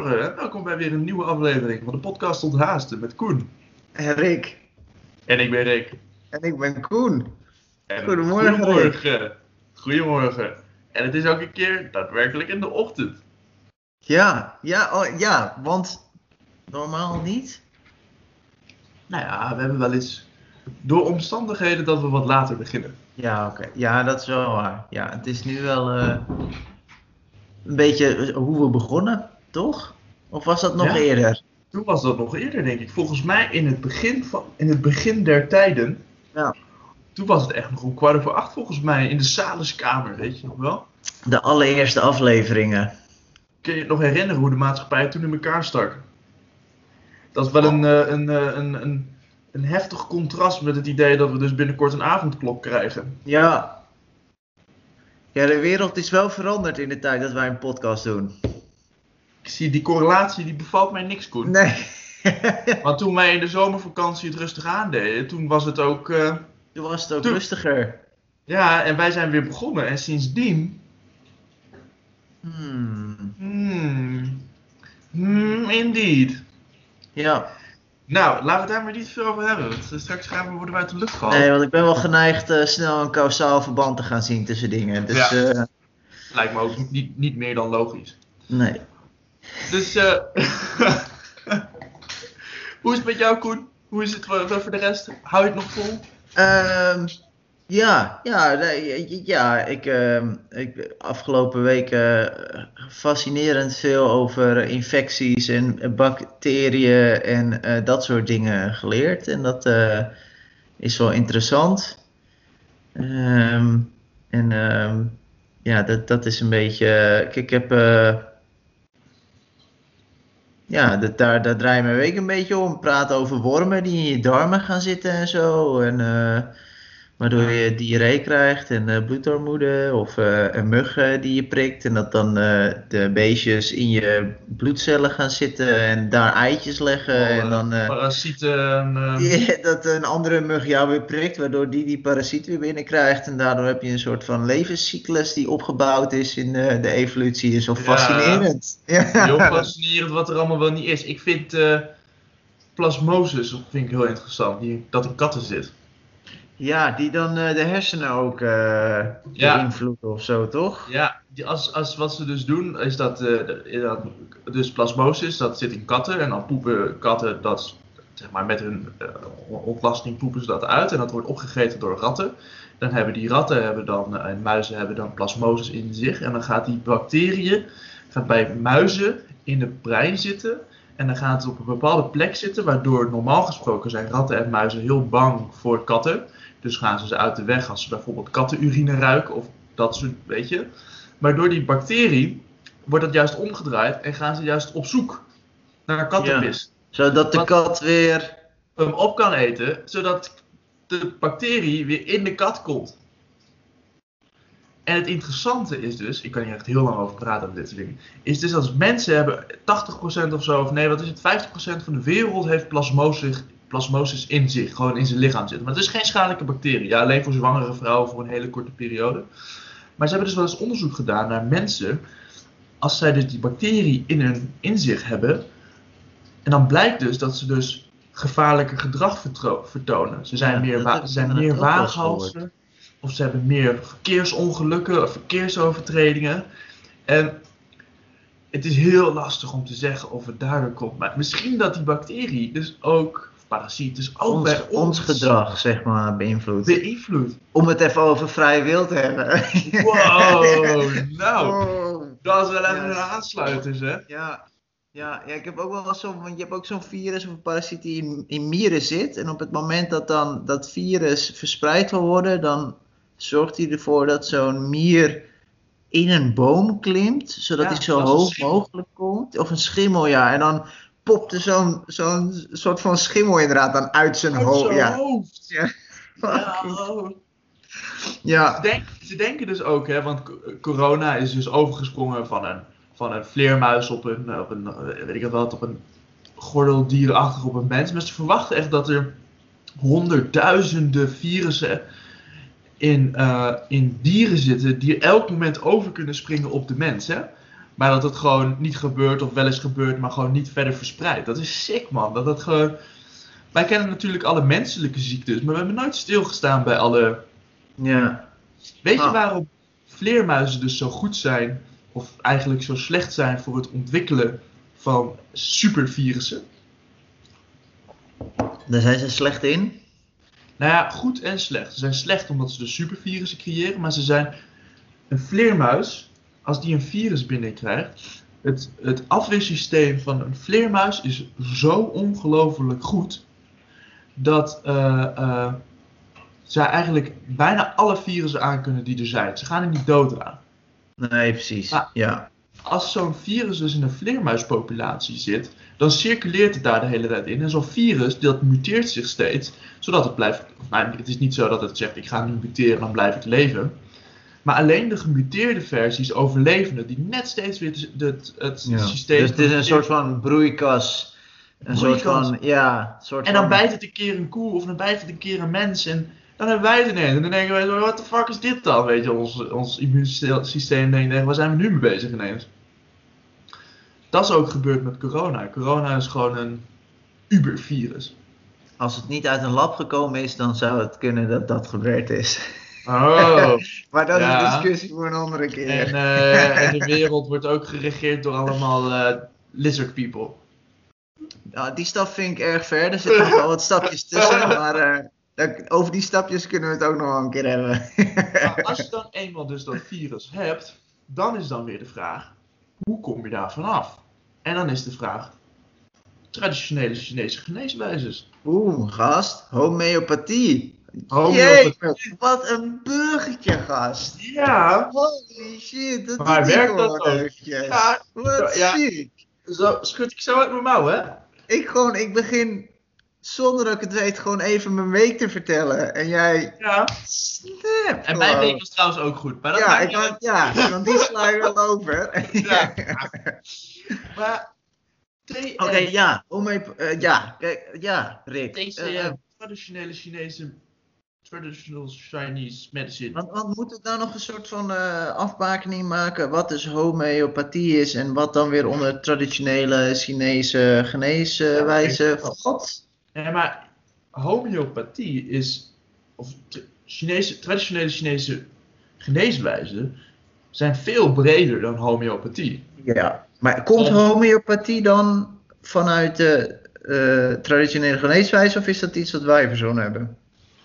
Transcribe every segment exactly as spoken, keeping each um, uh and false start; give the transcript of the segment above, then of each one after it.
Goedemorgen en welkom bij weer een nieuwe aflevering van de podcast Onthaasten met Koen. En Rick. En ik ben Rick. En ik ben Koen. En Goedemorgen, goedemorgen. Goedemorgen. En het is ook een keer daadwerkelijk in de ochtend. Ja, ja, oh, ja, want normaal niet. Nou ja, we hebben wel eens door omstandigheden dat we wat later beginnen. Ja, oké. Ja, dat is wel waar. Ja, het is nu wel uh, een beetje hoe we begonnen, toch? Of was dat nog Ja. eerder? Toen was dat nog eerder, denk ik. Volgens mij in het begin, van, in het begin der tijden. Ja. Toen was het echt nog om kwart over acht volgens mij in de Saleskamer, weet je nog wel? De allereerste afleveringen. Kun je je nog herinneren hoe de maatschappij toen in elkaar stak? Dat is wel een, uh, een, uh, een, een, een heftig contrast met het idee dat we dus binnenkort een avondklok krijgen. Ja. Ja, de wereld is wel veranderd in de tijd dat wij een podcast doen. Ik zie die correlatie, die bevalt mij niks, Koen. Nee. Want toen wij in de zomervakantie het rustig aandeden, toen was het ook... Uh, Toen was het ook toen... rustiger. Ja, en wij zijn weer begonnen en sindsdien... Hmm. Hmm... Hmm, indeed. Ja. Nou, laten we daar maar niet veel over hebben. Want straks gaan we worden we uit de lucht gehaald. Nee, want ik ben wel geneigd uh, snel een kausaal verband te gaan zien tussen dingen. Dus, Ja. uh, Lijkt me ook niet, niet meer dan logisch. nee. Dus, eh... hoe is het met jou, Koen? Hoe is het voor, voor de rest? Hou je het nog vol? Um, ja, ja, nee, ja, ik, uh, ik afgelopen weken uh, fascinerend veel over infecties en bacteriën en uh, dat soort dingen geleerd. En dat uh, is wel interessant. Um, en um, ja, dat, dat is een beetje... Kijk, ik heb... Uh, Ja, dat, daar, daar draai je mijn week een beetje om. Praten over wormen die in je darmen gaan zitten en zo. En, uh, waardoor je diarree krijgt en uh, bloedarmoede. Of uh, een mug uh, die je prikt. En dat dan uh, de beestjes in je bloedcellen gaan zitten en daar eitjes leggen. Oh, en dan, uh, parasieten. Uh... ja, dat een andere mug jou weer prikt, waardoor die die parasiet weer binnenkrijgt. En daardoor heb je een soort van levenscyclus die opgebouwd is in uh, de evolutie. Is wel Ja. fascinerend. Ja. Heel fascinerend wat er allemaal wel niet is. Ik vind uh, plasmosis vind ik heel interessant, die, dat in katten zit. Ja, die dan uh, de hersenen ook uh, Ja. beïnvloeden of zo, toch? Ja, die, als, als, wat ze dus doen is dat, uh, dat, dus plasmosis, dat zit in katten en dan poepen katten dat, zeg maar met hun uh, ontlasting poepen ze dat uit en dat wordt opgegeten door ratten. Dan hebben die ratten hebben dan, uh, en muizen hebben dan plasmosis in zich en dan gaat die bacteriën gaat bij muizen in het brein zitten. En dan gaat het op een bepaalde plek zitten, waardoor normaal gesproken zijn ratten en muizen heel bang voor katten. Dus gaan ze ze uit de weg als ze bijvoorbeeld kattenurine ruiken of dat soort, weet je. Maar door die bacterie wordt dat juist omgedraaid en gaan ze juist op zoek naar kattenpis. Ja, zodat de Wat kat weer... hem op kan eten, zodat de bacterie weer in de kat komt. En het interessante is dus, ik kan hier echt heel lang over praten over dit soort dingen, is dus als mensen hebben tachtig procent of zo, of nee wat is het, vijftig procent van de wereld heeft plasmosis, plasmosis in zich, gewoon in zijn lichaam zitten. Maar het is geen schadelijke bacterie, ja, alleen voor zwangere vrouwen voor een hele korte periode. Maar ze hebben dus wel eens onderzoek gedaan naar mensen, als zij dus die bacterie in, hun, in zich hebben, en dan blijkt dus dat ze dus gevaarlijker gedrag vertro- vertonen. Ze zijn Ja, meer, dat wa- heb ik ze zijn inderdaad meer ook wel eens waaghalsen. Of ze hebben meer verkeersongelukken of verkeersovertredingen. En het is heel lastig om te zeggen of het daardoor komt. Maar misschien dat die bacterie dus ook, of parasiet, dus ook ons, bij ons, ons gedrag, zeg maar, beïnvloedt. beïnvloedt. Om het even over vrije wil te hebben. Wow, nou, Oh. dat is wel even Ja. een aansluiter, hè? Ja, ja, ja, ik heb ook wel eens zo'n, want je hebt ook zo'n virus of een parasiet die in, in mieren zit. En op het moment dat dan dat virus verspreid wil worden, dan zorgt hij ervoor dat zo'n mier in een boom klimt, zodat Ja, hij zo dat is een hoog schimmel. mogelijk komt. Of een schimmel, ja. En dan popt er zo'n, zo'n soort van schimmel inderdaad dan uit zijn Uit hoofd. zijn Ja. hoofd. Ja. Ja, oh. Ja. Ze, denk, ze denken dus ook, hè, want c- corona is dus overgesprongen van een, van een vleermuis op een, op een, eh, weet ik wat, op een gordeldierenachtig op een mens. Maar ze verwachten echt dat er honderdduizenden virussen in, uh, in dieren zitten die elk moment over kunnen springen op de mens. Hè? Maar dat het gewoon niet gebeurt of wel eens gebeurt, maar gewoon niet verder verspreidt. Dat is sick, man. Dat dat gewoon... Wij kennen natuurlijk alle menselijke ziektes, maar we hebben nooit stilgestaan bij alle... Ja. Weet je Ah. waarom vleermuizen dus zo goed zijn, of eigenlijk zo slecht zijn voor het ontwikkelen van supervirussen? Daar zijn ze slecht in. Nou ja, goed en slecht. Ze zijn slecht omdat ze de supervirussen creëren, maar ze zijn... Een vleermuis, als die een virus binnenkrijgt, het, het afweersysteem van een vleermuis is zo ongelooflijk goed, dat uh, uh, zij eigenlijk bijna alle virussen aan kunnen die er zijn. Ze gaan er niet dood aan. Nee, precies. Maar ja. Als zo'n virus dus in een vleermuispopulatie zit, dan circuleert het daar de hele tijd in. En zo'n virus, dat muteert zich steeds, zodat het blijft... Nou, het is niet zo dat het zegt, ik ga nu muteren, dan blijf ik leven. Maar alleen de gemuteerde versies overleven, die net steeds weer het, het, het ja. systeem... Dus het is een soort van broeikas. Een broeikas. soort van, ja... Soort en dan van... bijt het een keer een koe, of dan bijt het een keer een mens, en dan hebben wij het ineens. En dan denken wij zo, what the fuck is dit dan? Weet je, ons, ons immuunsysteem denkt, waar zijn we nu mee bezig ineens? Dat is ook gebeurd met corona. Corona is gewoon een ubervirus. Als het niet uit een lab gekomen is, dan zou het kunnen dat dat gebeurd is. Oh. Maar dat ja. is een discussie voor een andere keer. En, uh, en de wereld wordt ook geregeerd door allemaal uh, lizard people. Ja, die stap vind ik erg ver. Er zitten nog wel wat stapjes tussen. Maar uh, over die stapjes kunnen we het ook nog wel een keer hebben. Maar als je dan eenmaal dus dat virus hebt, dan is dan weer de vraag, hoe kom je daar vanaf? En dan is de vraag, traditionele Chinese geneeswijzes. Oeh, gast, homeopathie. Homeopathie. Jee, wat een burgertje, gast. Ja. Holy shit, dat maar doet werkt hij dat gewoon ook? eventjes. Ja, Wat ja. ziek. Zo schud ik zo uit mijn mouw, hè? Ik gewoon, ik begin, zonder dat ik het weet, gewoon even mijn week te vertellen. En jij... Ja. Snap, en mijn week was trouwens ook goed. Maar dat ja, ik had, ja, want die sla je wel over. Ja. Maar... Oké, okay, ja, om even, uh, ja, kijk, ja, Rick. T C M, uh, traditionele Chinese, traditional Chinese medicine. Want, want moet het nou nog een soort van uh, afbakening maken wat dus homeopathie is en wat dan weer onder traditionele Chinese geneeswijze uh, valt? Ja, maar homeopathie is, of Chinese, traditionele Chinese geneeswijzen zijn veel breder dan homeopathie. Ja. Maar komt homeopathie dan vanuit de uh, traditionele geneeswijze of is dat iets wat wij verzonnen hebben?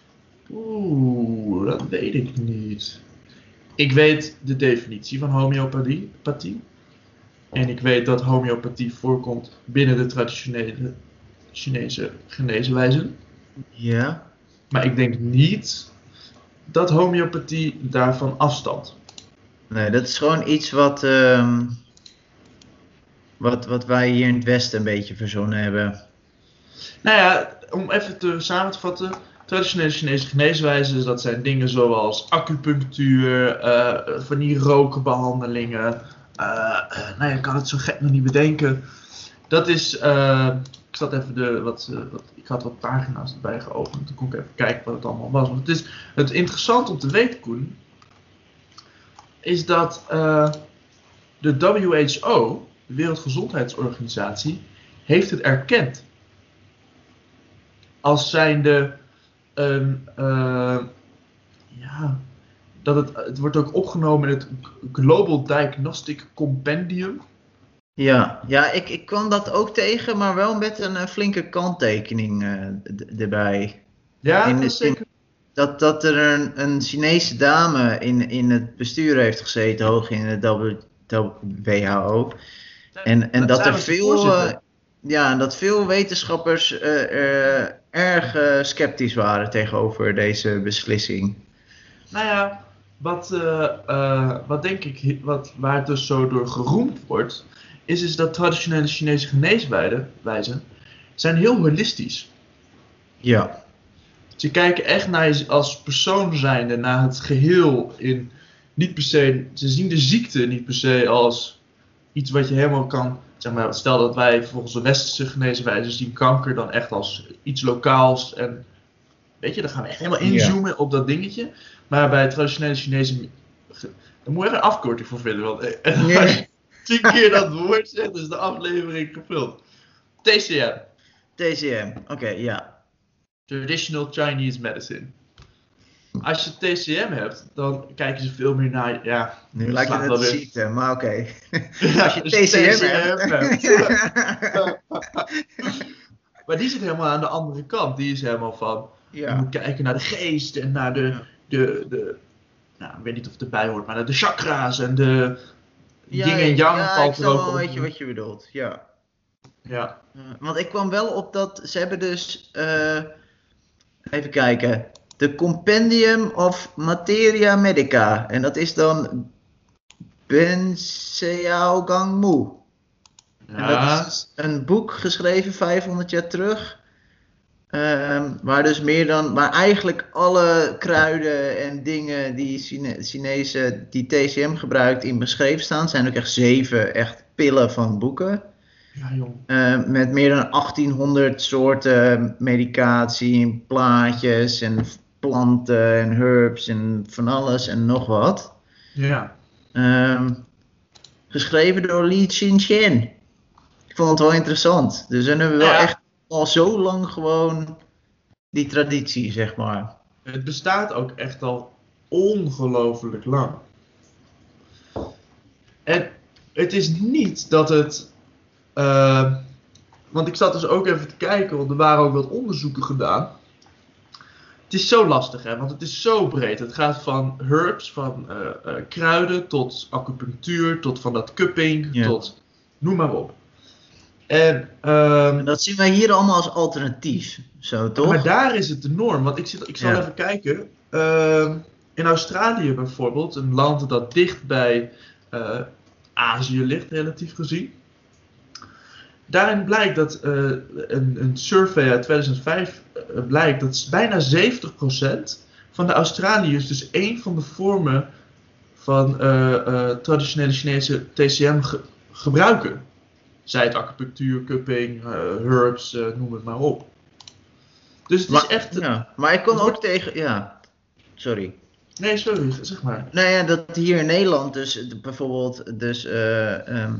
Oeh, dat weet ik niet. Ik weet de definitie van homeopathie. En ik weet dat homeopathie voorkomt binnen de traditionele Chinese geneeswijzen. Ja. Maar ik denk niet dat homeopathie daarvan afstamt. Nee, dat is gewoon iets wat... Um... Wat, wat wij hier in het Westen een beetje verzonnen hebben. Nou ja, om even te samen te vatten. Traditionele Chinese geneeswijzen, dat zijn dingen zoals acupunctuur, uh, van die rokenbehandelingen. Uh, nou, je kan het zo gek nog niet bedenken. Dat is, uh, ik zat even de, wat, uh, wat, ik had wat pagina's erbij geopend. Toen kon ik even kijken wat het allemaal was. Want het is het interessant om te weten, Koen, is dat uh, de W H O, de Wereldgezondheidsorganisatie, heeft het erkend als zijnde een, uh, ja, dat het, het wordt ook opgenomen in het Global Diagnostic Compendium. Ja, ja ik, ik kwam dat ook tegen, maar wel met een uh, flinke kanttekening uh, d- erbij. Ja, in, dat is zeker. In, dat, dat er een, een Chinese dame in, in het bestuur heeft gezeten, hoog in de W H O. En, en dat, dat er veel, uh, ja, dat veel wetenschappers uh, uh, erg uh, sceptisch waren tegenover deze beslissing. Nou ja, wat, uh, uh, wat denk ik, wat, waar het dus zo door geroemd wordt, is, is dat traditionele Chinese geneeswijzen zijn heel holistisch. Ja. Ze kijken echt naar je als persoon zijnde, naar het geheel in, niet per se, ze zien de ziekte niet per se als iets wat je helemaal kan, zeg maar, stel dat wij volgens de westerse geneeswijzen zien kanker dan echt als iets lokaals en, weet je, dan gaan we echt helemaal inzoomen ja. op dat dingetje. Maar bij traditionele Chinese, daar moet je even een afkorting voor vinden, want nee. tien keer dat woord zegt, is de aflevering gevuld. T C M. T C M, oké, okay, ja. Traditional Chinese Medicine. Als je T C M hebt, dan kijken ze veel meer naar, ja... Nu lijkt het een ziekte, maar oké. Okay. Ja, als je T C M, T C M hebt... hebt. Maar die zit helemaal aan de andere kant. Die is helemaal van, ja. Je moet kijken naar de geest en naar de... de, de nou, ik weet niet of het erbij hoort, maar naar de chakra's en de... Ja, yin en yang ja, valt ik er ook wel op. weet je wat je bedoelt, ja. Ja. Uh, want ik kwam wel op dat, ze hebben dus, uh, even kijken, de Compendium of Materia Medica. En dat is dan Ben Xiaogang Mu. Ja. En dat is dus een boek geschreven vijfhonderd jaar terug. Um, waar dus meer dan, waar eigenlijk alle kruiden en dingen die Chine- Chinezen die T C M gebruikt in beschreven staan. Zijn ook echt zeven echt pillen van boeken. Ja, jong. Uh, met meer dan achttienhonderd soorten medicatie en plaatjes en planten en herbs en van alles en nog wat. Ja. Um, geschreven door Li Qinxian. Ik vond het wel interessant. Dus dan hebben we wel ja. echt al zo lang gewoon die traditie, zeg maar. Het bestaat ook echt al ongelooflijk lang. En het is niet dat het... Uh, want ik zat dus ook even te kijken, want er waren ook wat onderzoeken gedaan. Het is zo lastig, hè, want het is zo breed. Het gaat van herbs, van uh, uh, kruiden, tot acupunctuur, tot van dat cupping, ja. tot noem maar op. En, um, en dat zien wij hier allemaal als alternatief, zo toch? Maar daar is het de norm, want ik, zit, ik zal ja. even kijken. Uh, in Australië bijvoorbeeld, een land dat dicht bij uh, Azië ligt, relatief gezien. Daarin blijkt dat uh, een, een survey uit tweeduizend vijf uh, blijkt dat bijna zeventig procent van de Australiërs dus één van de vormen van uh, uh, traditionele Chinese T C M ge- gebruiken. Zij het acupunctuur, cupping, uh, herbs, uh, noem het maar op. Dus het maar, is echt... Ja, maar ik kom ook tegen... Ja, sorry. Nee, sorry, zeg maar. Nou ja, dat hier in Nederland dus bijvoorbeeld dus uh, um,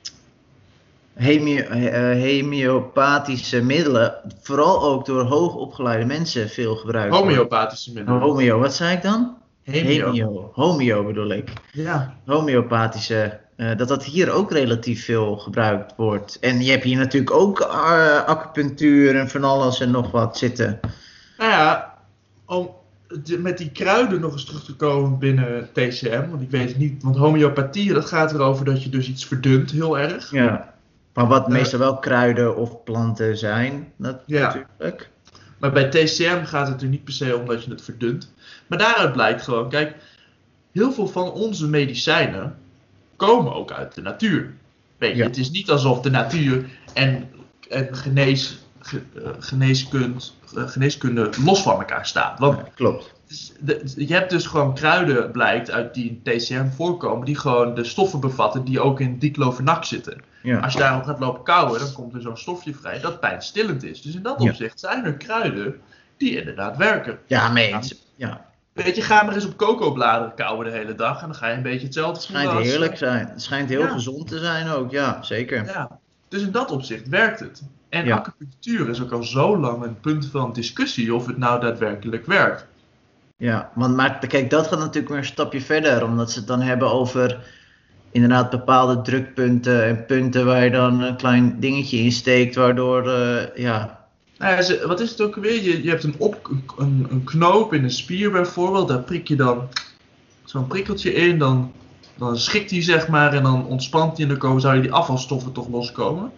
hemio, uh, homeopathische middelen, vooral ook door hoogopgeleide mensen veel gebruikt worden. Homeopathische middelen. Homeo, wat zei ik dan? Hemio. Hemio, homeo bedoel ik. Ja. Homeopathische... Uh, dat dat hier ook relatief veel gebruikt wordt. En je hebt hier natuurlijk ook uh, acupunctuur en van alles en nog wat zitten. Nou ja, om de, met die kruiden nog eens terug te komen binnen T C M. Want ik weet het niet, want homeopathie, dat gaat erover dat je dus iets verdunt heel erg. Ja, maar wat uh, meestal wel kruiden of planten zijn, dat ja. natuurlijk. Maar bij T C M gaat het er niet per se om dat je het verdunt. Maar daaruit blijkt gewoon, kijk, heel veel van onze medicijnen komen ook uit de natuur. Weet je, ja. Het is niet alsof de natuur en, en genees, ge, uh, geneeskunde, uh, geneeskunde los van elkaar staan. Want ja, klopt. De, je hebt dus gewoon kruiden, blijkt, uit die in T C M voorkomen, die gewoon de stoffen bevatten die ook in diclofenac zitten. Ja. Als je daarop gaat lopen kauwen, dan komt er zo'n stofje vrij dat pijnstillend is. Dus in dat ja. opzicht zijn er kruiden die inderdaad werken. Ja, meent. Ja. Weet je, ga maar eens op cocobladeren kauwen de hele dag en dan ga je een beetje hetzelfde voelen. Het schijnt heerlijk zijn. Het schijnt heel ja. gezond te zijn ook, ja, zeker. Ja. Dus in dat opzicht werkt het. En ja. acupunctuur is ook al zo lang een punt van discussie of het nou daadwerkelijk werkt. Ja, want maar kijk, dat gaat natuurlijk weer een stapje verder, omdat ze het dan hebben over inderdaad bepaalde drukpunten en punten waar je dan een klein dingetje in steekt, waardoor, uh, ja... Nou ja, wat is het ook weer? Je, je hebt een, op, een, een knoop in een spier bijvoorbeeld, daar prik je dan zo'n prikkeltje in, dan, dan schikt die zeg maar en dan ontspant die en dan komen, zouden die afvalstoffen toch loskomen?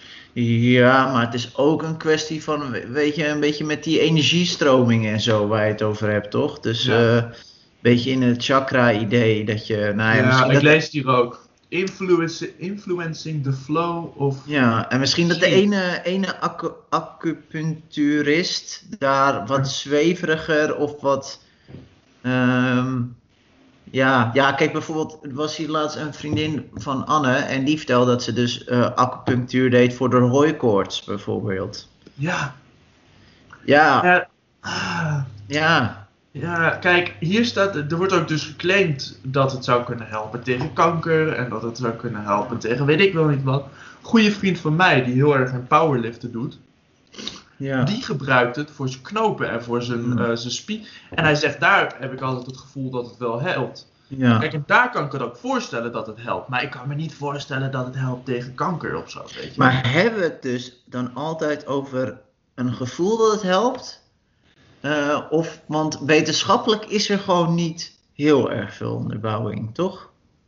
Ja, maar het is ook een kwestie van, weet je, een beetje met die energiestromingen en zo waar je het over hebt, toch? Dus ja. uh, een beetje in het chakra-idee dat je... Nou ja, ja ik dat... lees hier ook. Influence, influencing the flow of... Ja, en misschien dat de ene, ene acu, acupuncturist daar wat zweveriger of wat... Um, ja, ja, kijk bijvoorbeeld, er was hier laatst een vriendin van Anne en die vertelde dat ze dus uh, acupunctuur deed voor de hooikoorts bijvoorbeeld. Ja. Ja. Ja. Ah. Ja. Ja, kijk, hier staat, er wordt ook dus geclaimd dat het zou kunnen helpen tegen kanker en dat het zou kunnen helpen tegen weet ik wel niet wat. Goeie vriend van mij, die heel erg aan powerliften doet, Ja. die gebruikt het voor zijn knopen en voor zijn, Hmm. uh, zijn spie. En hij zegt, daar heb ik altijd het gevoel dat het wel helpt. Ja. Kijk, en daar kan ik het ook voorstellen dat het helpt. Maar ik kan me niet voorstellen dat het helpt tegen kanker of zo, weet je. Maar hebben we het dus dan altijd over een gevoel dat het helpt? Uh, of, want wetenschappelijk is er gewoon niet heel erg veel onderbouwing, toch?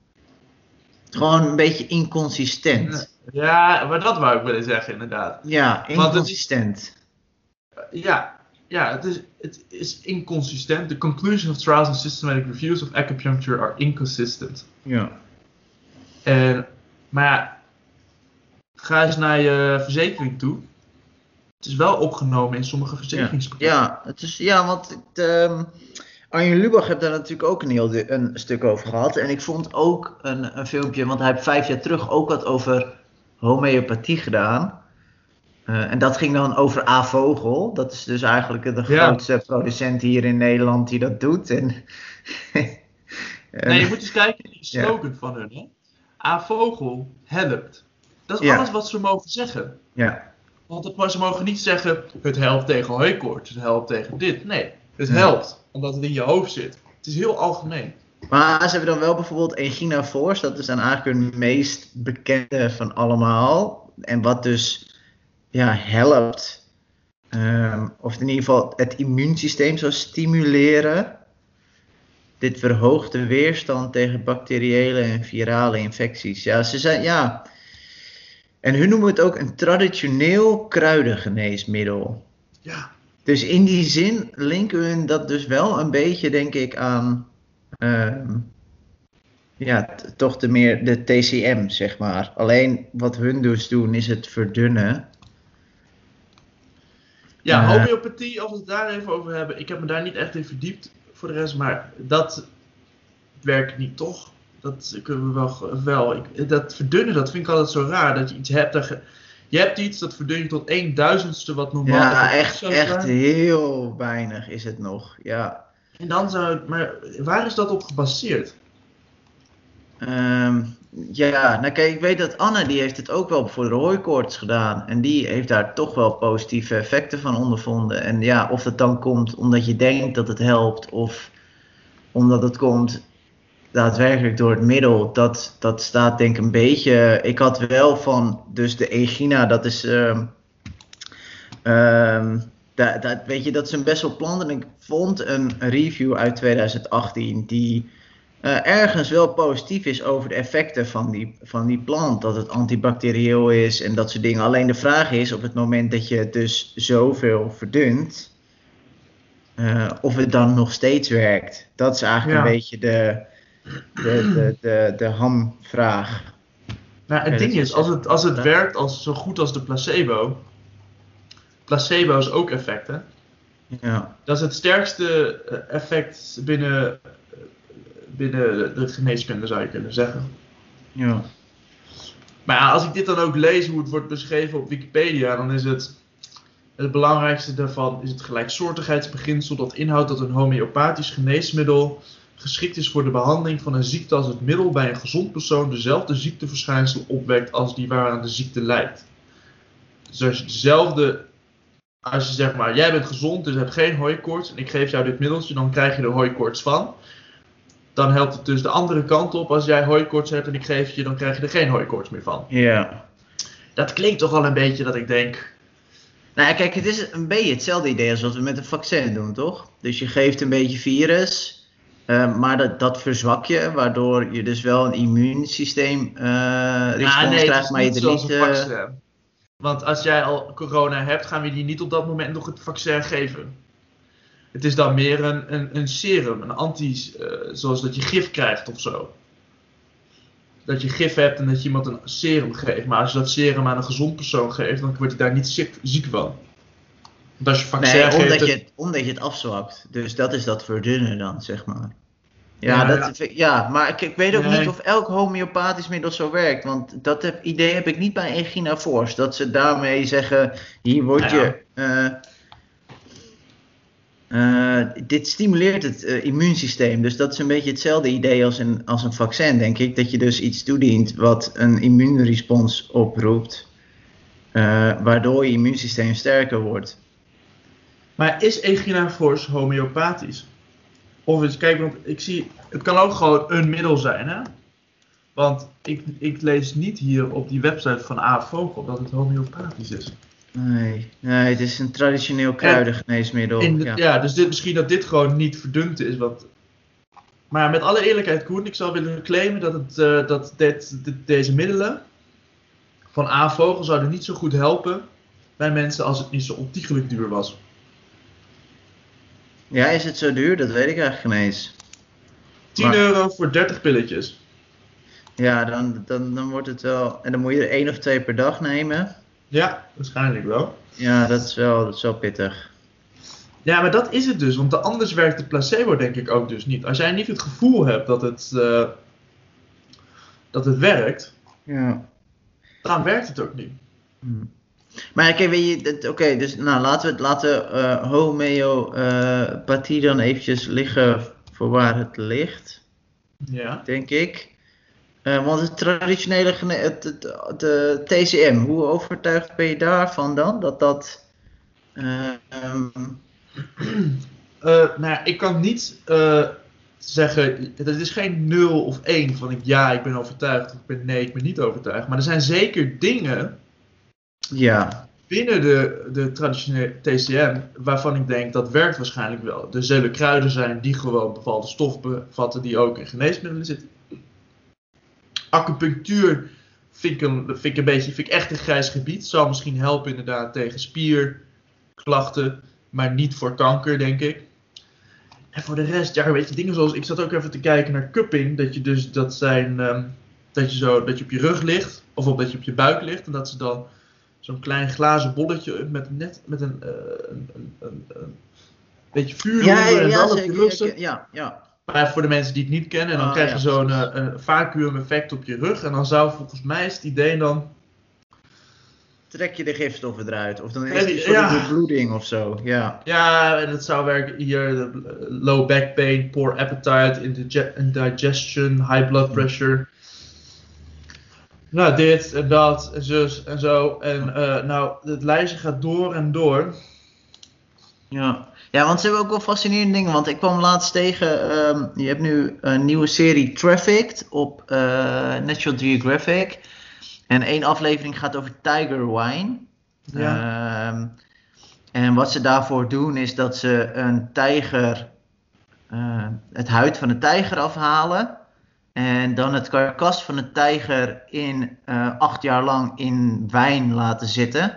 Gewoon een beetje inconsistent. Ja, maar dat wou ik willen zeggen, inderdaad. Ja, inconsistent. Het, ja, ja het, is, het is inconsistent. The conclusion of trials and systematic reviews of acupuncture are inconsistent. Ja. En, maar ja, ga eens naar je verzekering toe. Het is wel opgenomen in sommige verzekeringspakketten. Ja, het is, ja, want het, um, Arjen Lubach heeft daar natuurlijk ook een heel de, een stuk over gehad. En ik vond ook een, een filmpje, want hij heeft vijf jaar terug ook wat over homeopathie gedaan. Uh, en dat ging dan over A. Vogel. Dat is dus eigenlijk de Ja. grootste producent hier in Nederland die dat doet. En, nee, je moet eens kijken naar die slogan ja. van hun. Hè? A. Vogel helpt. Dat is Ja. alles wat ze mogen zeggen. Ja. Want het, ze mogen niet zeggen, het helpt tegen hooikoorts, het helpt tegen dit. Nee, het Ja. helpt, omdat het in je hoofd zit. Het is heel algemeen. Maar ze hebben dan wel bijvoorbeeld Egina Force, dat is dan eigenlijk hun meest bekende van allemaal. En wat dus ja, helpt, um, of in ieder geval het immuunsysteem zou stimuleren. Dit verhoogt de weerstand tegen bacteriële en virale infecties. Ja, ze zijn, ja... En hun noemen het ook een traditioneel kruidengeneesmiddel. Ja. Dus in die zin linken hun dat dus wel een beetje, denk ik, aan uh, ja, t- toch de meer de T C M, zeg maar. Alleen wat hun dus doen is het verdunnen. Ja, Uh, homeopathie, als we het daar even over hebben. Ik heb me daar niet echt in verdiept voor de rest, maar dat werkt niet, toch? Dat kunnen we wel. wel. Ik, dat verdunnen, dat vind ik altijd zo raar. Dat je iets hebt. Dat je, je hebt iets, dat verdun je tot een duizendste wat normaal Ja, effectief echt, zou echt zijn. heel weinig is het nog. Ja. En dan zou het, maar waar is dat op gebaseerd? Um, ja, nou kijk, ik weet dat Anne, die heeft het ook wel voor de hooikoorts gedaan. En die heeft daar toch wel positieve effecten van ondervonden. En ja, of het dan komt omdat je denkt dat het helpt, of omdat het komt daadwerkelijk door het middel, dat, dat staat denk ik een beetje... Ik had wel van, dus de Egina, dat is... Um, um, dat, dat, weet je, dat is een best wel plant. En ik vond een review uit twintig achttien die uh, ergens wel positief is over de effecten van die, van die plant. Dat het antibacterieel is en dat soort dingen. Alleen de vraag is, op het moment dat je het dus zoveel verdunt, uh, of het dan nog steeds werkt. Dat is eigenlijk Ja. een beetje de... De, de, de, de hamvraag. Nou, het Ja, ding dat is, is als echt- het, als het ja. werkt als, zo goed als de placebo. Placebo is ook effect, hè? Ja, Dat is het sterkste eh, effect binnen, eh, binnen de geneeskunde, zou je kunnen zeggen. ja, Maar ja, als ik dit dan ook lees, hoe het wordt beschreven op Wikipedia, dan is het... Het belangrijkste daarvan is het gelijksoortigheidsbeginsel. Dat inhoudt dat een homeopathisch geneesmiddel geschikt is voor de behandeling van een ziekte als het middel bij een gezond persoon dezelfde ziekteverschijnsel opwekt als die waaraan de ziekte lijdt. Dus als je dezelfde, als je zeg maar, jij bent gezond, dus hebt geen hooikoorts en ik geef jou dit middeltje, dan krijg je er hooikoorts van. Dan helpt het dus de andere kant op, als jij hooikoorts hebt en ik geef het je, dan krijg je er geen hooikoorts meer van. ja. Dat klinkt toch al een beetje dat ik denk, Nou ja, kijk, het is een beetje hetzelfde idee als wat we met een vaccin doen, toch? Dus je geeft een beetje virus, uh, maar dat, dat verzwak je, waardoor je dus wel een immuunsysteem uh, respons ja, nee, het krijgt, is maar je niet er zoals niet... een uh, vaccin. Want als jij al corona hebt, gaan we die niet op dat moment nog het vaccin geven. Het is dan meer een, een, een serum, een anti, uh, zoals dat je gif krijgt of zo. Dat je gif hebt en dat je iemand een serum geeft. Maar als je dat serum aan een gezond persoon geeft, dan wordt hij daar niet ziek, ziek van. Want als je vaccin Nee, geeft... omdat het- je, het, omdat je het afzwakt. Dus dat is dat verdunnen dan, zeg maar. Ja, Ja, dat, ja. ja maar ik, ik weet ook Nee. niet of elk homeopathisch middel zo werkt. Want dat heb, idee heb ik niet bij Egina Force. Dat ze daarmee zeggen, hier word Nou ja. je... Uh, Uh, dit stimuleert het uh, immuunsysteem. Dus dat is een beetje hetzelfde idee als een, als een vaccin, denk ik. Dat je dus iets toedient wat een immuunrespons oproept. Uh, waardoor je immuunsysteem sterker wordt. Maar is Echinacea homeopathisch? Of eens, kijk, want ik zie, het kan ook gewoon een middel zijn, hè? Want ik, ik lees niet hier op die website van A. Vogel dat het homeopathisch is. Nee, nee, het is een traditioneel kruidengeneesmiddel. De, ja. ja, dus dit, misschien dat dit gewoon niet verdund is. Want... Maar met alle eerlijkheid, Koen, ik zou willen claimen dat, het, uh, dat dit, dit, deze middelen van A. Vogel zouden niet zo goed helpen bij mensen als het niet zo ontiegelijk duur was. Ja, is het zo duur? Dat weet ik eigenlijk niet eens. tien maar... euro voor dertig pilletjes. Ja, dan, dan, dan wordt het wel... En dan moet je er één of twee per dag nemen. Ja, waarschijnlijk wel. Ja, dat is wel, dat is wel pittig. Ja, maar dat is het dus. Want anders werkt de placebo denk ik ook dus niet. Als jij niet het gevoel hebt dat het, uh, dat het werkt, ja. dan werkt het ook niet. Hmm. Maar kijk, weet je, oké, okay, dus nou, laten we, laten, uh, homeopathie dan eventjes liggen voor waar het ligt. Ja. Denk ik. Uh, want het traditionele, gene- het, het, de T C M, hoe overtuigd ben je daarvan dan? Dat dat... Uh, um... uh, nou ja, ik kan niet uh, zeggen, het is geen nul of één van ik, ja, ik ben overtuigd, of ik ben nee, ik ben niet overtuigd. Maar er zijn zeker dingen ja. binnen de, de traditionele T C M waarvan ik denk dat werkt waarschijnlijk wel. Er zullen kruiden zijn die gewoon bepaalde stof bevatten die ook in geneesmiddelen zitten. Acupunctuur vind ik, een, vind ik een beetje, vind ik echt een grijs gebied. Zou misschien helpen inderdaad tegen spierklachten, maar niet voor kanker, denk ik. En voor de rest, ja, weet je, dingen zoals, ik zat ook even te kijken naar cupping, dat je dus, dat zijn, um, dat je zo, dat je op je rug ligt, of op, dat je op je buik ligt, en dat ze dan zo'n klein glazen bolletje met net, met een, uh, een, een, een, een beetje vuur ja, onder en ja, dan op zeker, je rug zit. ja, ja. Maar voor de mensen die het niet kennen, en dan ah, krijg je ja, zo'n uh, een vacuüm effect op je rug. En dan zou volgens mij is het idee dan... Trek je de gifstoffen eruit. Of dan is het een soort ja. bebloeding of zo. Ja, ja, en het zou werken hier. Low back pain, poor appetite, indigestion, high blood pressure. Nou, dit en dat en zus en zo. En uh, nou, het lijstje gaat door en door. Ja. Ja, want ze hebben ook wel fascinerende dingen. Want ik kwam laatst tegen, um, je hebt nu een nieuwe serie Trafficked op uh, National Geographic. En één aflevering gaat over tiger wine. Ja. Um, en wat ze daarvoor doen is dat ze een tijger, uh, het huid van de tijger afhalen. En dan het karkas van de tijger in uh, acht jaar lang in wijn laten zitten.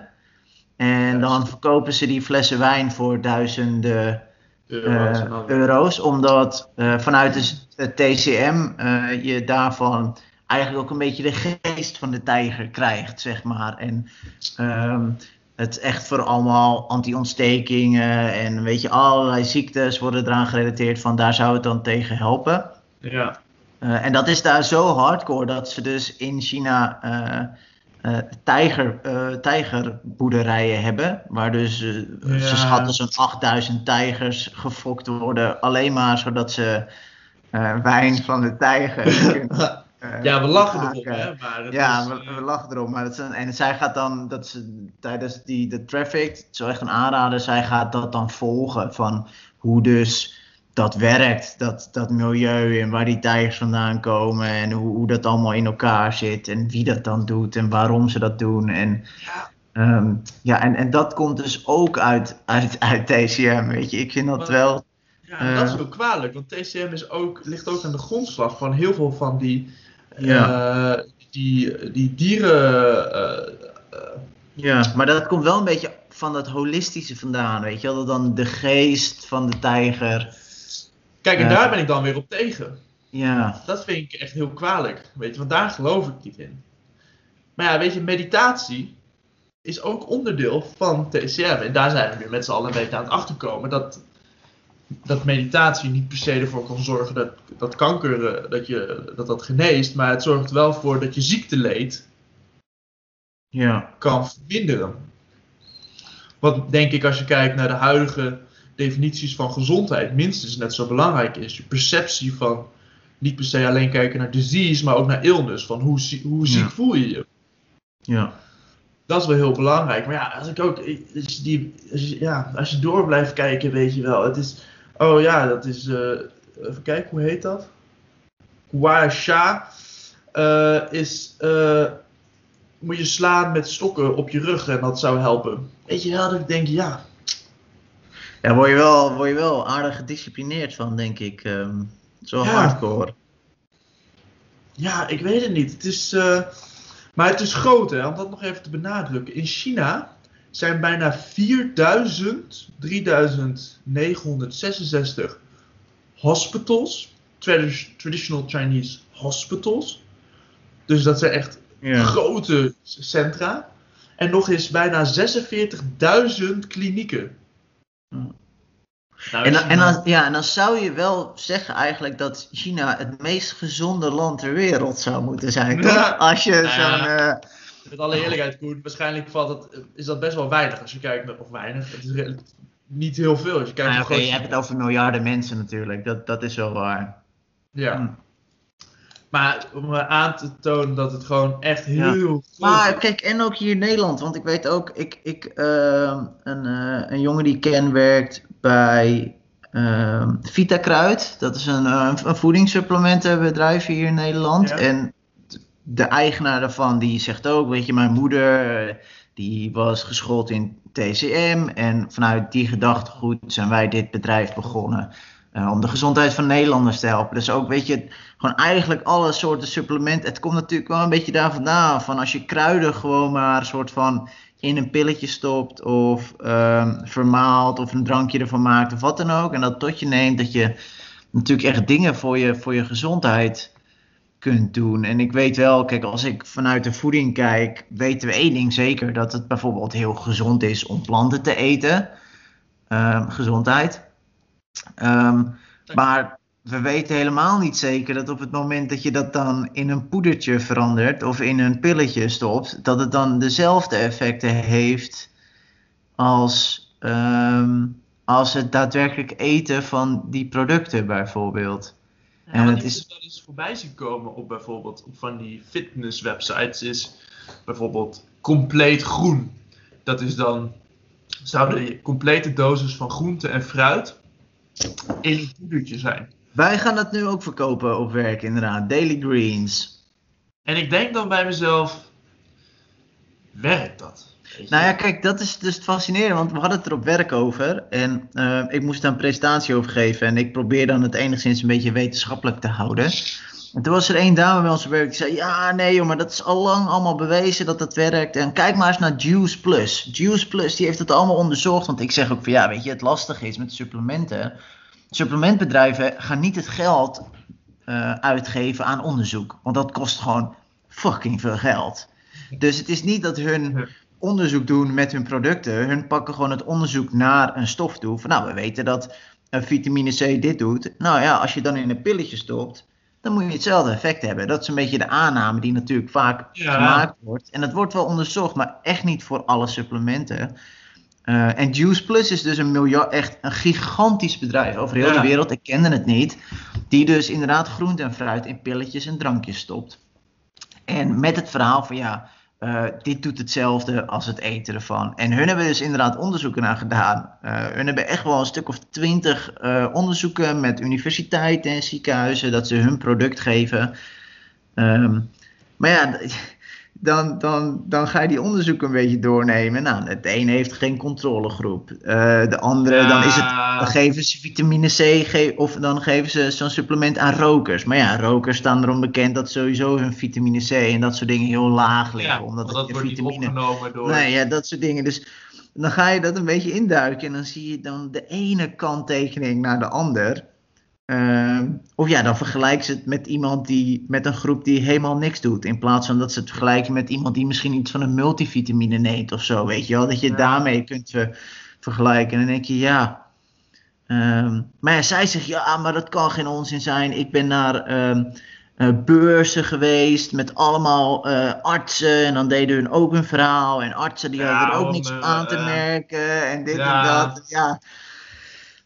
En dan verkopen ze die flessen wijn voor duizenden euro's, uh, euro's omdat uh, vanuit de T C M uh, je daarvan eigenlijk ook een beetje de geest van de tijger krijgt, zeg maar. En um, het echt voor allemaal anti-ontstekingen en weet je, allerlei ziektes worden eraan gerelateerd van, daar zou het dan tegen helpen. Ja. Uh, en dat is daar zo hardcore dat ze dus in China... Uh, Uh, tijger, uh, tijgerboerderijen hebben, waar dus uh, ja. ze schatten zo'n achtduizend tijgers gefokt worden, alleen maar zodat ze uh, wijn van de tijger kunnen, uh, ja, we lachen maken. Erop, hè? Maar het ja, is, we, we lachen erop, maar dat is een, en zij gaat dan, dat ze tijdens die de traffic, het is wel echt een aanrader, zij gaat dat dan volgen van hoe dus dat werkt, dat, dat milieu en waar die tijgers vandaan komen en hoe, hoe dat allemaal in elkaar zit en wie dat dan doet en waarom ze dat doen. En, ja. Um, ja, en, en dat komt dus ook uit, uit, uit T C M, weet je. Ik vind dat maar, wel... Ja, uh, dat is ook kwalijk, want T C M is ook, ligt ook aan de grondslag van heel veel van die, ja. uh, die, die dieren... Uh, uh, ja, maar dat komt wel een beetje van dat holistische vandaan, weet je wel. Dat dan de geest van de tijger... Kijk, en uh, daar ben ik dan weer op tegen. Ja. Dat vind ik echt heel kwalijk, weet je, want daar geloof ik niet in. Maar ja, weet je, meditatie is ook onderdeel van T C M. En daar zijn we nu met z'n allen een beetje aan het achterkomen. Dat, dat meditatie niet per se ervoor kan zorgen dat, dat kanker dat, je, dat dat geneest. Maar het zorgt wel voor dat je ziekteleed ja. kan verminderen. Want denk ik als je kijkt naar de huidige definities van gezondheid minstens net zo belangrijk is. Je perceptie van niet per se alleen kijken naar disease, maar ook naar illness. Van hoe, zie- hoe ziek Ja. voel je je? Ja. Dat is wel heel belangrijk. Maar ja, als ik ook, ik- als je, die, als je, ja, als je door blijft kijken, weet je wel. Het is, oh ja, dat is, eh, even kijken, hoe heet dat? Gua Sha eh, is, eh, moet je slaan met stokken op je rug en dat zou helpen. Weet je wel, dat ik denk, ja, Ja, word je wel, word je wel aardig gedisciplineerd van, denk ik. ehm, zo Ja. hardcore. ja, ik weet het niet. Het is, eh, maar het is groot, hè, om dat nog even te benadrukken. In China zijn bijna vierduizend, drieduizend negenhonderdzesenzestig hospitals, tradi- traditional Chinese hospitals. Dus dat zijn echt Ja. grote centra. En nog eens bijna zesenveertigduizend klinieken. Ja. Nou, En, dan- China- en, dan, ja, en dan zou je wel zeggen eigenlijk dat China het meest gezonde land ter wereld zou moeten zijn, toch? Ja. Als je Ja. zo'n... eh, Met alle eerlijkheid, Koen, waarschijnlijk valt het, is dat best wel weinig als je kijkt naar, of weinig, het is redelijk- niet heel veel als je kijkt nou, naar Oké, groot- je hebt het over miljarden mensen natuurlijk, dat, dat is wel waar. Ja, Hm. maar om eh, aan te tonen dat het gewoon echt Ja. heel groot Maar is. kijk, en ook hier in Nederland, want ik weet ook, ik, ik, ehm, een, eh, een jongen die ik ken werkt bij ehm Vita Kruid. Dat is een, eh, een voedingssupplementenbedrijf hier in Nederland. Ja. En t- de eigenaar daarvan, die zegt ook, weet je, mijn moeder, eh, die was geschoold in T C M. En vanuit die gedachtegoed zijn wij dit bedrijf begonnen. eh, om de gezondheid van Nederlanders te helpen. Dus ook, weet je, gewoon eigenlijk alle soorten supplementen. Het komt natuurlijk wel een beetje daar vandaan. Van als je kruiden gewoon maar een soort van in een pilletje stopt. Of ehm, vermaalt. Of een drankje ervan maakt. Of wat dan ook. En dat tot je neemt. Dat je natuurlijk echt dingen voor je, voor je gezondheid kunt doen. En ik weet wel, kijk, als ik vanuit de voeding kijk. Weten we één ding zeker. Dat het bijvoorbeeld heel gezond is om planten te eten. Ehm, gezondheid. Ehm, maar we weten helemaal niet zeker dat op het moment dat je dat dan in een poedertje verandert of in een pilletje stopt, dat het dan dezelfde effecten heeft als, ehm, als het daadwerkelijk eten van die producten bijvoorbeeld. Ja, en wat het ik is- dus wel eens voorbij zie komen op bijvoorbeeld op van die fitness websites is bijvoorbeeld compleet groen. Dat is dan, zouden je complete dosis van groente en fruit in een poedertje zijn. Wij gaan dat nu ook verkopen op werk inderdaad, Daily Greens. En ik denk dan bij mezelf, werkt dat? Weet je? Nou ja, kijk, dat is dus het fascinerende, want we hadden het er op werk over en eh, ik moest daar een presentatie over geven en ik probeer dan het enigszins een beetje wetenschappelijk te houden. En toen was er één dame bij ons op werk die zei, ja nee joh, maar dat is al lang allemaal bewezen dat dat werkt en kijk maar eens naar Juice Plus. Juice Plus die heeft het allemaal onderzocht, want ik zeg ook van ja, weet je, het lastige is met supplementen. Supplementbedrijven gaan niet het geld eh, uitgeven aan onderzoek, want dat kost gewoon fucking veel geld. Dus het is niet dat hun onderzoek doen met hun producten. Hun pakken gewoon het onderzoek naar een stof toe. Van nou, we weten dat uh, vitamine C dit doet. Nou ja, als je dan in een pilletje stopt, dan moet je hetzelfde effect hebben. Dat is een beetje de aanname die natuurlijk vaak Ja. gemaakt wordt. En dat wordt wel onderzocht, maar echt niet voor alle supplementen. Uh, en Juice Plus is dus een miljard, echt een gigantisch bedrijf over heel Ja. de wereld. Ik kende het niet. Die dus inderdaad groente en fruit in pilletjes en drankjes stopt. En met het verhaal van ja, uh, dit doet hetzelfde als het eten ervan. En hun hebben dus inderdaad onderzoeken naar gedaan. Uh, hun hebben echt wel een stuk of twintig uh, onderzoeken met universiteiten en ziekenhuizen dat ze hun product geven. Um, maar ja, dan, dan, dan ga je die onderzoeken een beetje doornemen. Nou, het ene heeft geen controlegroep. Uh, de andere, Ja. dan is het, dan geven ze vitamine C ge- of dan geven ze zo'n supplement aan rokers. Maar ja, rokers staan erom bekend dat sowieso hun vitamine C en dat soort dingen heel laag liggen. Ja, omdat want dat het wordt vitamine... niet opgenomen door... Nee, ja, dat soort dingen. Dus dan ga je dat een beetje induiken en dan zie je dan de ene kanttekening naar de ander. Uh, of ja, dan vergelijken ze het met iemand die, met een groep die helemaal niks doet. In plaats van dat ze het vergelijken met iemand die misschien iets van een multivitamine neemt of zo, weet je wel. Dat je het Ja. daarmee kunt ver, vergelijken. En dan denk je, ja. Um, maar ja, zij zegt, ja, maar dat kan geen onzin zijn. Ik ben naar um, uh, beurzen geweest met allemaal uh, artsen. En dan deden hun ook een verhaal. En artsen die Ja, hadden er ook om, niks uh, aan te merken. En dit ja. en dat. Ja.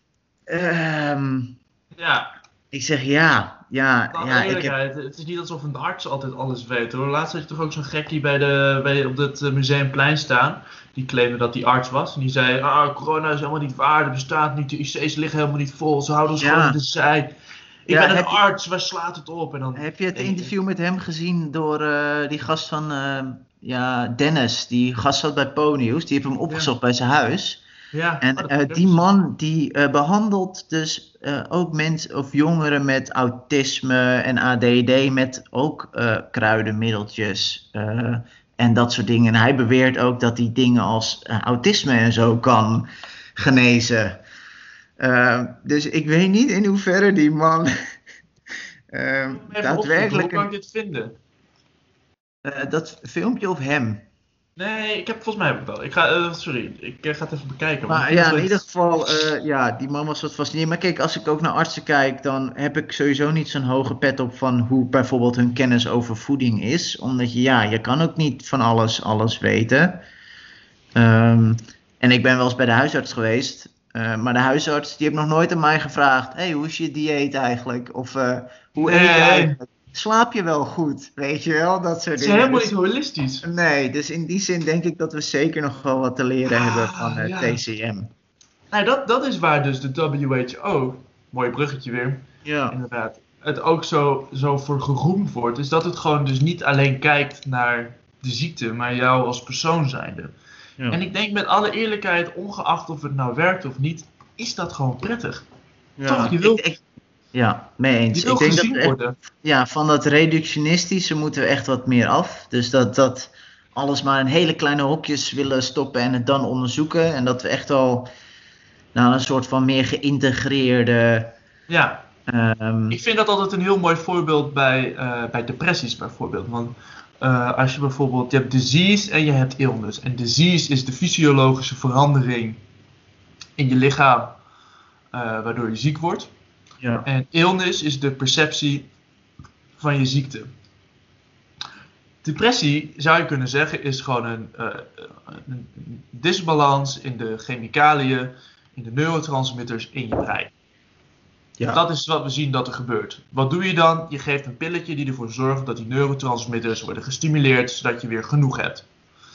Ehm, Ja, ik zeg ja. Ja, alle ja, ik heb... eerlijkheid, het is niet alsof een arts altijd alles weet hoor. Laatst had je toch ook zo'n gekkie bij de, bij, op het eh, Museumplein staan. Die claimde dat hij arts was. En die zei, ah, corona is helemaal niet waar, er bestaat niet, de I C's liggen helemaal niet vol, ze houden ons gewoon in de Ja, zij. Ik ja ben een heb je, arts, waar slaat het op? En dan heb je het denk je, interview met hem gezien door eh, die gast van eh, ja, Dennis, die gast zat bij Ponyhoes, die heeft hem ja, opgezocht bij zijn huis. ja, En oh, dat heb eh, ik ook die gezien. man die eh, behandelt dus eh, ook mensen of jongeren met autisme en A D D met ook eh, kruidenmiddeltjes eh, en dat soort dingen. En hij beweert ook dat hij dingen als eh, autisme en zo kan genezen. Uh, dus ik weet niet in hoeverre die man uh, Ik heb hem even opzoeken, hoe daadwerkelijk kan ik een, dit vinden? uh, dat filmpje of hem. Nee, ik heb volgens mij heb ik wel. Ik ga, eh, sorry, ik eh, ga het even bekijken. Want ik Maar vind het ja, wel in ieder interessant. geval, uh, ja, die man was wat fascinerend. Maar kijk, als ik ook naar artsen kijk, dan heb ik sowieso niet zo'n hoge pet op van hoe bijvoorbeeld hun kennis over voeding is. Omdat je, ja, je kan ook niet van alles, alles weten. Um, en ik ben wel eens bij de huisarts geweest. Uh, maar de huisarts, die heeft nog nooit aan mij gevraagd, hey, hoe is je dieet eigenlijk? Of uh, hoe eet je Nee, eigenlijk? Slaap je wel goed? Weet je wel, dat soort het is dingen. helemaal niet Dus holistisch. nee, dus in die zin denk ik dat we zeker nog wel wat te leren hebben van Ah, uh, ja. T C M. Nou, dat, dat is waar dus de W H O, mooi bruggetje weer, Ja. inderdaad, het ook zo, zo voor geroemd wordt. Is dat het gewoon dus niet alleen kijkt naar de ziekte, maar jou als persoon zijnde. Ja. En ik denk met alle eerlijkheid, ongeacht of het nou werkt of niet, is dat gewoon prettig. Toch, Ja, je ik, wil, ik, ja, mee je eens. wil Ik denk dat we gezien echt, worden. ja, van dat reductionistische moeten we echt wat meer af. Dus dat, dat alles maar in hele kleine hokjes willen stoppen en het dan onderzoeken. En dat we echt al naar een soort van meer geïntegreerde... Ja, Um, ik vind dat altijd een heel mooi voorbeeld bij, uh, bij depressies bijvoorbeeld. Want uh, als je bijvoorbeeld, je hebt disease en je hebt illness. En disease is de fysiologische verandering in je lichaam, uh, waardoor je ziek wordt. ja. En illness is de perceptie van je ziekte. Depressie, zou je kunnen zeggen, is gewoon een, uh, een disbalans in de chemicaliën, in de neurotransmitters in je brein. Ja. Dat is wat we zien dat er gebeurt. Wat doe je dan? Je geeft een pilletje die ervoor zorgt dat die neurotransmitters worden gestimuleerd, zodat je weer genoeg hebt.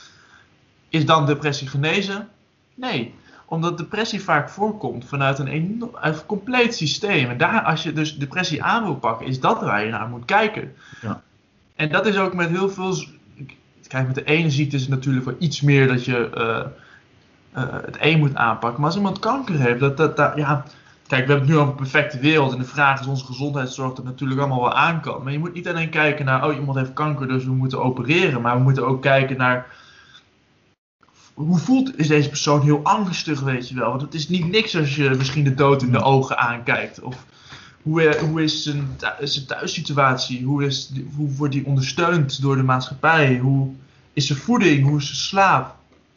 Is dan depressie genezen? Nee, omdat depressie vaak voorkomt vanuit een, enorm, een compleet systeem. En daar, als je dus depressie aan wil pakken, is dat waar je naar moet kijken. Ja. En dat is ook met heel veel... Kijk, met de ene ziekte is het natuurlijk wel iets meer dat je uh, uh, het een moet aanpakken. Maar als iemand kanker heeft, dat, dat, dat, ja... Kijk, we hebben het nu over een perfecte wereld en de vraag is onze gezondheidszorg dat natuurlijk allemaal wel aan kan. Maar je moet niet alleen kijken naar, oh iemand heeft kanker dus we moeten opereren. Maar we moeten ook kijken naar, hoe voelt is deze persoon heel angstig, weet je wel. Want het is niet niks als je misschien de dood in de ogen aankijkt. Of hoe, hoe is zijn, zijn thuissituatie, hoe, is, hoe wordt die ondersteund door de maatschappij, hoe is zijn voeding, hoe is zijn slaap.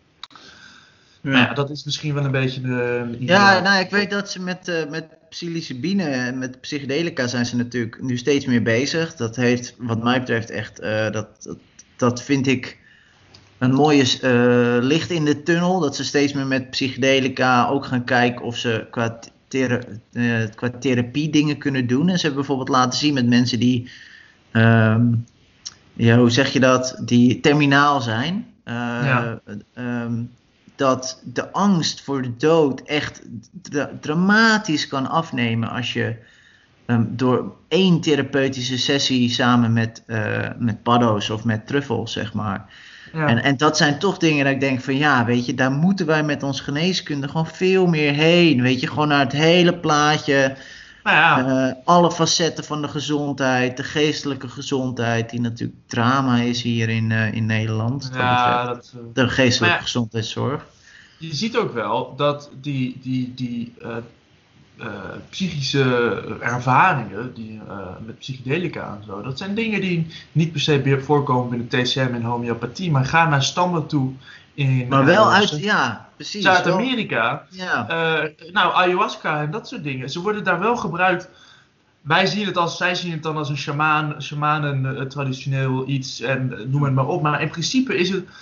Ja. Nou ja, dat is misschien wel een beetje de... Ja, nou, ik weet dat ze met, uh, met psilocybine en met psychedelica zijn ze natuurlijk nu steeds meer bezig. Dat heeft, wat mij betreft, echt, uh, dat, dat, dat vind ik een mooie uh, licht in de tunnel. Dat ze steeds meer met psychedelica ook gaan kijken of ze qua, thera- uh, qua therapie dingen kunnen doen. En ze hebben bijvoorbeeld laten zien met mensen die, um, ja, hoe zeg je dat, die terminaal zijn. Uh, ja. um, dat de angst voor de dood echt dra- dramatisch kan afnemen als je um, door één therapeutische sessie samen met, uh, met paddo's of met truffels, zeg maar. Ja. En, en dat zijn toch dingen dat ik denk van ja, weet je, daar moeten wij met ons geneeskunde gewoon veel meer heen. Weet je, gewoon naar het hele plaatje. Nou ja. uh, alle facetten van de gezondheid, de geestelijke gezondheid, die natuurlijk drama is hier in, uh, in Nederland. Ja, dat, uh... de geestelijke ja, gezondheidszorg. Je ziet ook wel dat die, die, die uh, uh, psychische ervaringen die, uh, met psychedelica en zo, dat zijn dingen die niet per se voorkomen binnen T C M en homeopathie, maar ga naar stammen toe in maar wel uh, uit, ja, precies. Zuid-Amerika. Ja. Uh, nou, ayahuasca en dat soort dingen. Ze worden daar wel gebruikt. Wij zien het als, zij zien het dan als een shamaan, shamanen uh, traditioneel iets en uh, noem het maar op. Maar in principe is het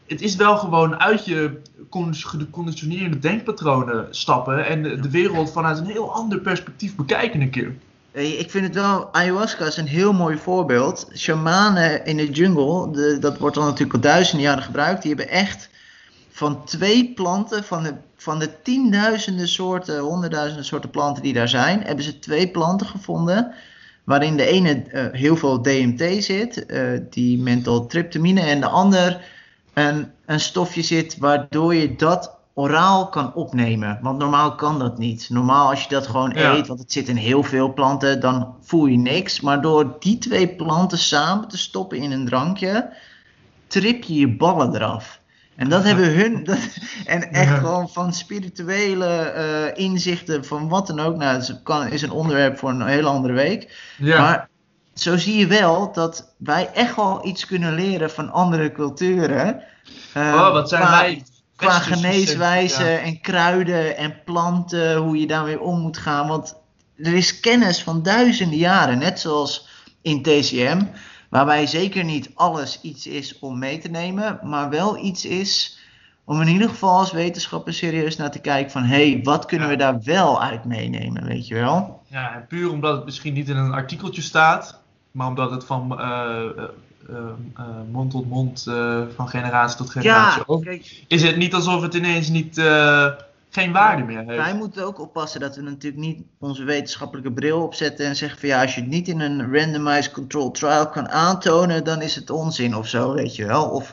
het is wel gewoon uit je geconditioneerde denkpatronen stappen en de, de wereld vanuit een heel ander perspectief bekijken een keer. Ik vind het wel, ayahuasca is een heel mooi voorbeeld. Shamanen in de jungle, de, dat wordt al natuurlijk al duizenden jaren gebruikt, die hebben echt van twee planten, van de, van de tienduizenden soorten, honderdduizenden soorten planten die daar zijn, hebben ze twee planten gevonden, waarin de ene uh, heel veel D M T zit, uh, die methyltryptamine, en de ander een, een stofje zit waardoor je dat oraal kan opnemen. Want normaal kan dat niet. Normaal als je dat gewoon Ja. eet, want het zit in heel veel planten, dan voel je niks. Maar door die twee planten samen te stoppen in een drankje, trip je je ballen eraf. En dat hebben hun, dat, en echt Ja. gewoon van spirituele uh, inzichten, van wat dan ook. Nou, het kan, is een onderwerp voor een hele andere week. Ja. Maar zo zie je wel dat wij echt wel iets kunnen leren van andere culturen. Uh, oh, wat zijn qua, wij... Qua Westerse geneeswijzen ja. en kruiden en planten, hoe je daarmee om moet gaan. Want er is kennis van duizenden jaren, net zoals in T C M, waarbij zeker niet alles iets is om mee te nemen, maar wel iets is om in ieder geval als wetenschapper serieus naar te kijken van, hé, hey, wat kunnen Ja. we daar wel uit meenemen, weet je wel? Ja, en puur omdat het misschien niet in een artikeltje staat, maar omdat het van uh, uh, uh, uh, mond tot mond, uh, van generatie tot generatie Ja, over, kijk, is het niet alsof het ineens niet, uh, geen waarde meer heeft. wij moeten ook oppassen dat we natuurlijk niet onze wetenschappelijke bril opzetten en zeggen van ja, als je het niet in een randomized controlled trial kan aantonen, dan is het onzin of zo, weet je wel. Of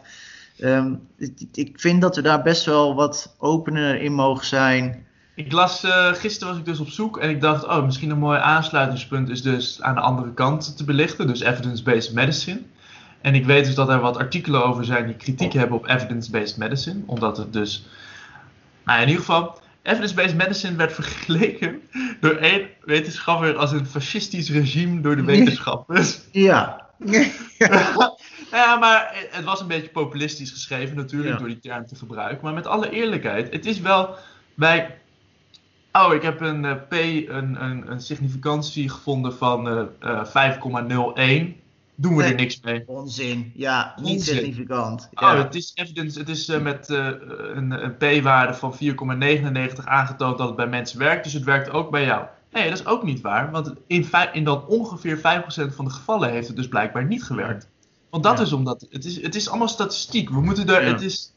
um, ik, ik vind dat we daar best wel wat opener in mogen zijn. Ik las, uh, gisteren was ik dus op zoek en ik dacht, oh, misschien een mooi aansluitingspunt is dus aan de andere kant te belichten, dus evidence-based medicine. En ik weet dus dat er wat artikelen over zijn die kritiek hebben op evidence-based medicine, omdat het dus, nou in ieder geval, evidence-based medicine werd vergeleken door één wetenschapper als een fascistisch regime door de wetenschappers. Ja. Ja, maar het was een beetje populistisch geschreven natuurlijk, Ja. door die term te gebruiken. Maar met alle eerlijkheid, het is wel bij... Oh, ik heb een uh, P, een, een, een significantie gevonden van uh, uh, vijf komma nul één. Doen we Nee. er niks mee. Onzin, ja, niet Onzin. significant. Oh, Ja. het is evidence, het is uh, met uh, een, een P-waarde van vier komma negenennegentig aangetoond dat het bij mensen werkt, dus het werkt ook bij jou. Nee, dat is ook niet waar, want in, in dan ongeveer vijf procent van de gevallen heeft het dus blijkbaar niet gewerkt. Want dat Ja. is omdat, het is, het is allemaal statistiek, we moeten er, Ja. het is...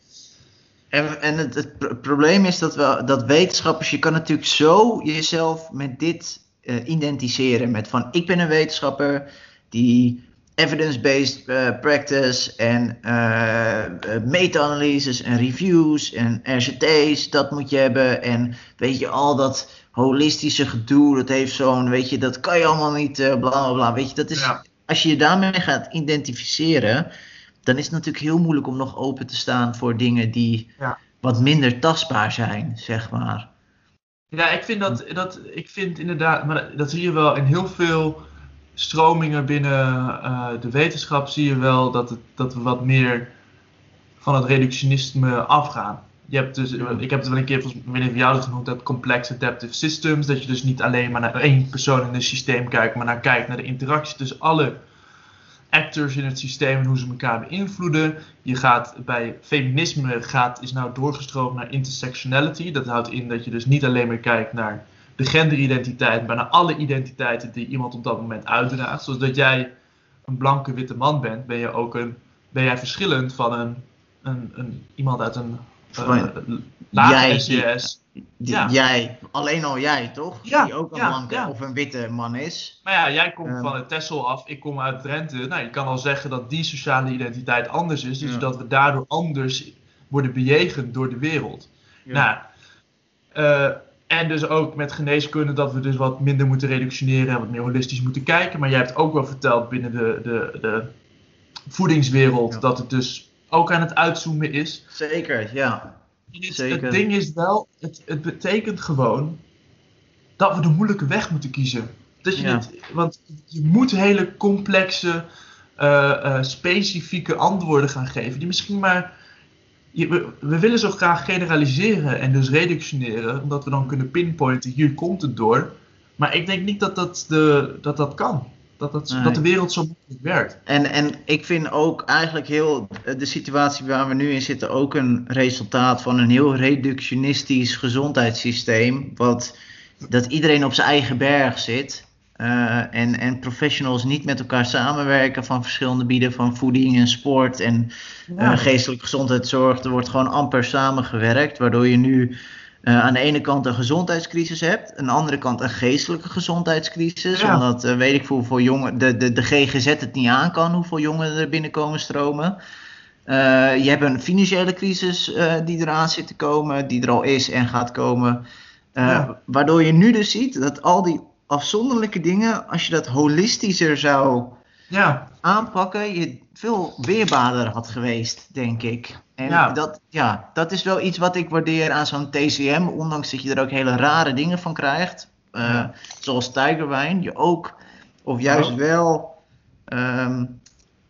En, en het, het pro- probleem is dat, we, dat wetenschappers, je kan natuurlijk zo jezelf met dit uh, identificeren. Met van, ik ben een wetenschapper die evidence-based uh, practice en uh, uh, meta-analyses en reviews en R C T's, dat moet je hebben. En weet je, al dat holistische gedoe, dat heeft zo'n, weet je, dat kan je allemaal niet, uh, bla bla bla. Weet je, dat is, Ja. als je je daarmee gaat identificeren, dan is het natuurlijk heel moeilijk om nog open te staan voor dingen die Ja. wat minder tastbaar zijn, zeg maar. Ja, ik vind dat, dat, ik vind inderdaad, maar dat zie je wel in heel veel stromingen binnen uh, de wetenschap, zie je wel dat, het, dat we wat meer van het reductionisme afgaan. Je hebt dus, ik heb het wel een keer, volgens mij, of jou dat genoemd hebt, complex adaptive systems, dat je dus niet alleen maar naar één persoon in het systeem kijkt, maar naar kijkt naar de interactie tussen alle actors in het systeem en hoe ze elkaar beïnvloeden. Je gaat bij feminisme gaat, is nou doorgestroomd naar intersectionality. Dat houdt in dat je dus niet alleen meer kijkt naar de genderidentiteit, maar naar alle identiteiten die iemand op dat moment uitdraagt. Zoals dat jij een blanke witte man bent, ben je ook een, ben jij verschillend van een, een, een iemand uit een uh, lage S E S. Die, Ja. Jij, alleen al jij toch? Ja, Die ook een ja, blanke ja. of een witte man is. Maar ja, jij komt Um, van het Texel af, ik kom uit Drenthe. Nou, je kan al zeggen dat die sociale identiteit anders is. Dus Ja. dat we daardoor anders worden bejegend door de wereld. Ja. Nou, uh, en dus ook met geneeskunde dat we dus wat minder moeten reductioneren en wat meer holistisch moeten kijken. Maar jij hebt ook wel verteld binnen de, de, de voedingswereld Ja. dat het dus ook aan het uitzoomen is. Zeker, ja. En het, Zeker. het ding is wel, het, het betekent gewoon dat we de moeilijke weg moeten kiezen. Dat je Ja. niet, want je moet hele complexe, uh, uh, specifieke antwoorden gaan geven. Die misschien maar... Je, we, we willen zo graag generaliseren en dus reductioneren. Omdat we dan kunnen pinpointen, hier komt het door. Maar ik denk niet dat dat, de, dat, dat kan. dat, dat, Nee. dat de wereld zo makkelijk werkt. En, en ik vind ook eigenlijk heel de situatie waar we nu in zitten ook een resultaat van een heel reductionistisch gezondheidssysteem. Wat, dat iedereen op zijn eigen berg zit. Uh, en, en professionals niet met elkaar samenwerken van verschillende gebieden van voeding en sport en Ja. uh, geestelijke gezondheidszorg. Er wordt gewoon amper samengewerkt, waardoor je nu uh, aan de ene kant een gezondheidscrisis hebt, aan de andere kant een geestelijke gezondheidscrisis. Ja. Omdat uh, weet ik veel hoeveel jongen, de, de, de G G Z het niet aan kan, hoeveel jongeren er binnenkomen stromen. Uh, je hebt een financiële crisis uh, die eraan zit te komen, die er al is en gaat komen. Uh, Ja. Waardoor je nu dus ziet dat al die afzonderlijke dingen, als je dat holistischer zou Ja. aanpakken, je veel weerbaarder had geweest, denk ik. En Ja. Dat, ja, dat is wel iets wat ik waardeer aan zo'n T C M, ondanks dat je er ook hele rare dingen van krijgt. Uh, Ja. Zoals tijgerwijn, je ook, of juist Oh. wel um,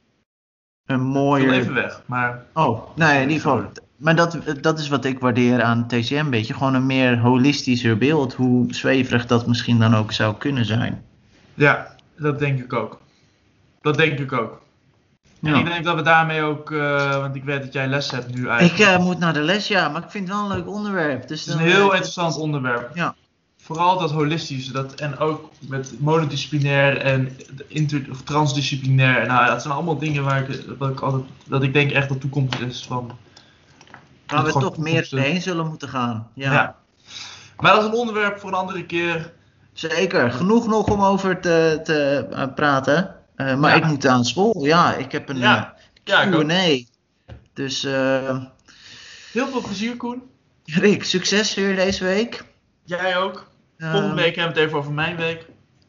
een Ik mooie... wil even weg, maar... Oh, nee, in ieder geval. Maar dat, dat is wat ik waardeer aan T C M een beetje. Gewoon een meer holistischer beeld. Hoe zweverig dat misschien dan ook zou kunnen zijn. Ja, dat denk ik ook. Dat denk ik ook. Ja. En ik denk dat we daarmee ook... Uh, want ik weet dat jij les hebt nu Ik eigenlijk. uh, moet naar de les, ja. Maar ik vind het wel een leuk onderwerp. Dus Het is dan, een heel uh, interessant onderwerp. Ja. Vooral dat holistische. Dat, en ook met monodisciplinair en inter, of transdisciplinair. Nou, dat zijn allemaal dingen waar ik, wat ik altijd... Dat ik denk echt de toekomst is van... Waar we gewoon toch meer toekomst- heen zullen moeten gaan. Ja. Ja. Maar dat is een onderwerp voor een andere keer. Zeker. Genoeg nog om over te, te uh, praten. Uh, maar Ja. ik moet aan school. Ja, ik heb een Ja. Ja, ik uh, ook. Q en A. Dus uh, Heel veel plezier, Koen. Rick, succes weer deze week. Jij ook. Uh, Volgende week hebben we het even over mijn week.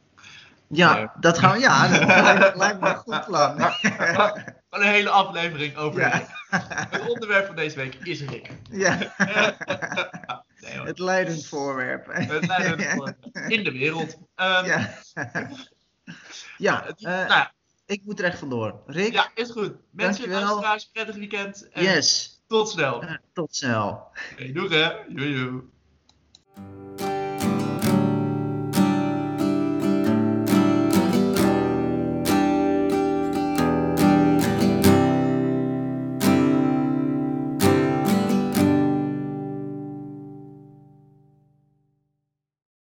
Ja, Nee. dat gaan we. Ja, dat lijkt, lijkt me een goed plan. Van een hele aflevering over Ja. Rick. Het onderwerp van deze week is Rick. Ja. Nee, hoor. Het leidend voorwerp. Het leidende voorwerp in de wereld. Um, Ja. Ja, het- uh, nou ja, ik moet er echt vandoor. Rick, ja, is goed. Mensen, Dankjewel. luisteraars, prettig weekend. En yes. tot snel. Uh, tot snel. Hey, doeg hè. Joe, joe.